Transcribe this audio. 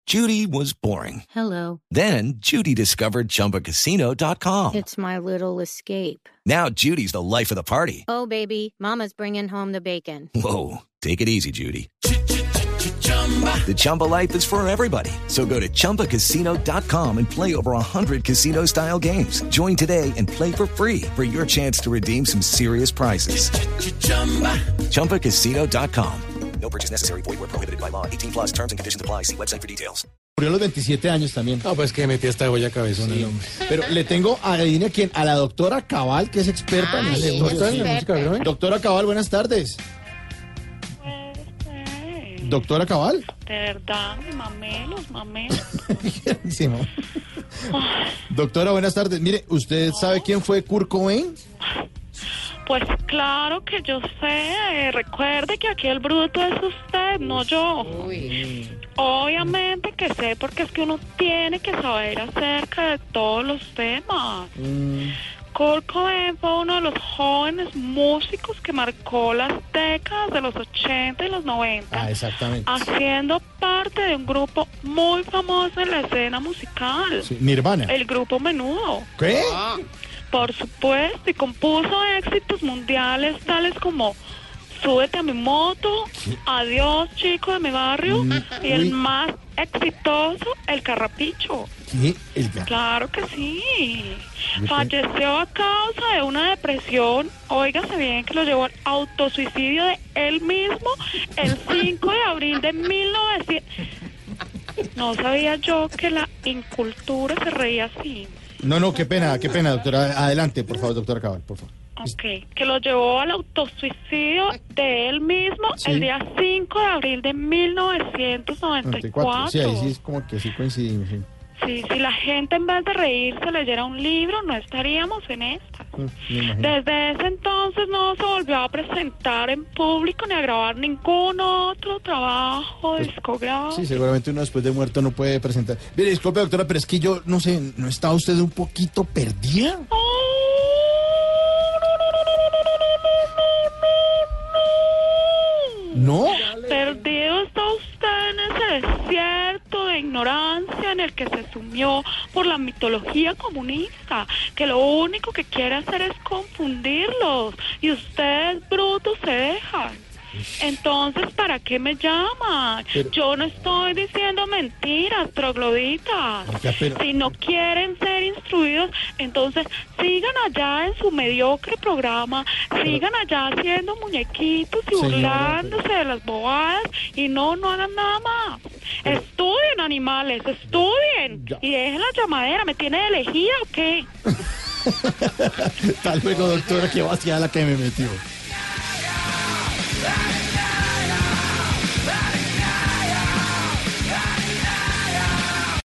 Judy was boring. Hello. Then Judy discovered ChumbaCasino.com. It's my little escape. Now Judy's the life of the party. Oh, baby, mama's bringing home the bacon. Whoa, take it easy, Judy. The Chumba life is for everybody. So go to ChumbaCasino.com and play over 100 casino-style games. Join today and play for free for your chance to redeem some serious prizes. ChumbaCasino.com. No purchase necessary. Void where prohibited by law. 18 plus terms and conditions apply. See website for details. Murió a los 27 años también. No, pues que metí esta olla cabezona el hombre. Pero le tengo, adivine quién, a la doctora Cabal, que es experta en la música, ¿no? Doctora Cabal, buenas tardes. Doctora Cabal. De verdad, mi mamelos. Buenísimo. Doctora, buenas tardes. Mire, ¿usted sabe quién fue Kurt Cobain? Pues claro que yo sé. Recuerde que aquí el bruto es usted, no yo. Obviamente que sé, porque es que uno tiene que saber acerca de todos los temas. Kurt Cobain fue uno de los jóvenes músicos que marcó las décadas de los 80 y los 90. Ah, exactamente. Haciendo parte de un grupo muy famoso en la escena musical. Sí, Nirvana. El grupo Menudo. ¿Qué? Por supuesto, y compuso éxitos mundiales tales como Súbete a mi moto, Adiós chico de mi barrio, y el más exitoso, El Carrapicho. ¿Qué? Claro que sí. Falleció a causa de una depresión, óigase bien, que lo llevó al autosuicidio de él mismo el 5 de abril de 1900. No sabía yo que la incultura se reía así. No, qué pena, doctora. Adelante, por favor, doctora Cabal, por favor. Ok, que lo llevó al autosuicidio de él mismo el día 5 de abril de 1994. Sí, ahí sí es como que sí coincidimos. Sí. Sí, si la gente en vez de reírse leyera un libro, no estaríamos en esta. Desde ese entonces no se volvió a presentar en público ni a grabar ningún otro trabajo discográfico. Sí, seguramente uno después de muerto no puede presentar. Mire, disculpe, doctora, pero es que yo no sé, ¿no está usted un poquito perdida? ¿No? Perdido está usted en ese desierto de ignorancia en el que se sumió por la mitología comunista, que lo único que quiere hacer es confundirlos, y ustedes, brutos, se dejan. Entonces, ¿para qué me llaman? Yo no estoy diciendo mentiras, trogloditas. Si no quieren ser instruidos, entonces sigan allá en su mediocre programa, sigan allá haciendo muñequitos y burlándose de las bobadas, y no hagan nada más. Estudien, animales, estudien. Y dejen la llamadera. ¿Me tiene de elegida o qué? Hasta luego, doctora, que vacía la que me metió. Yeah.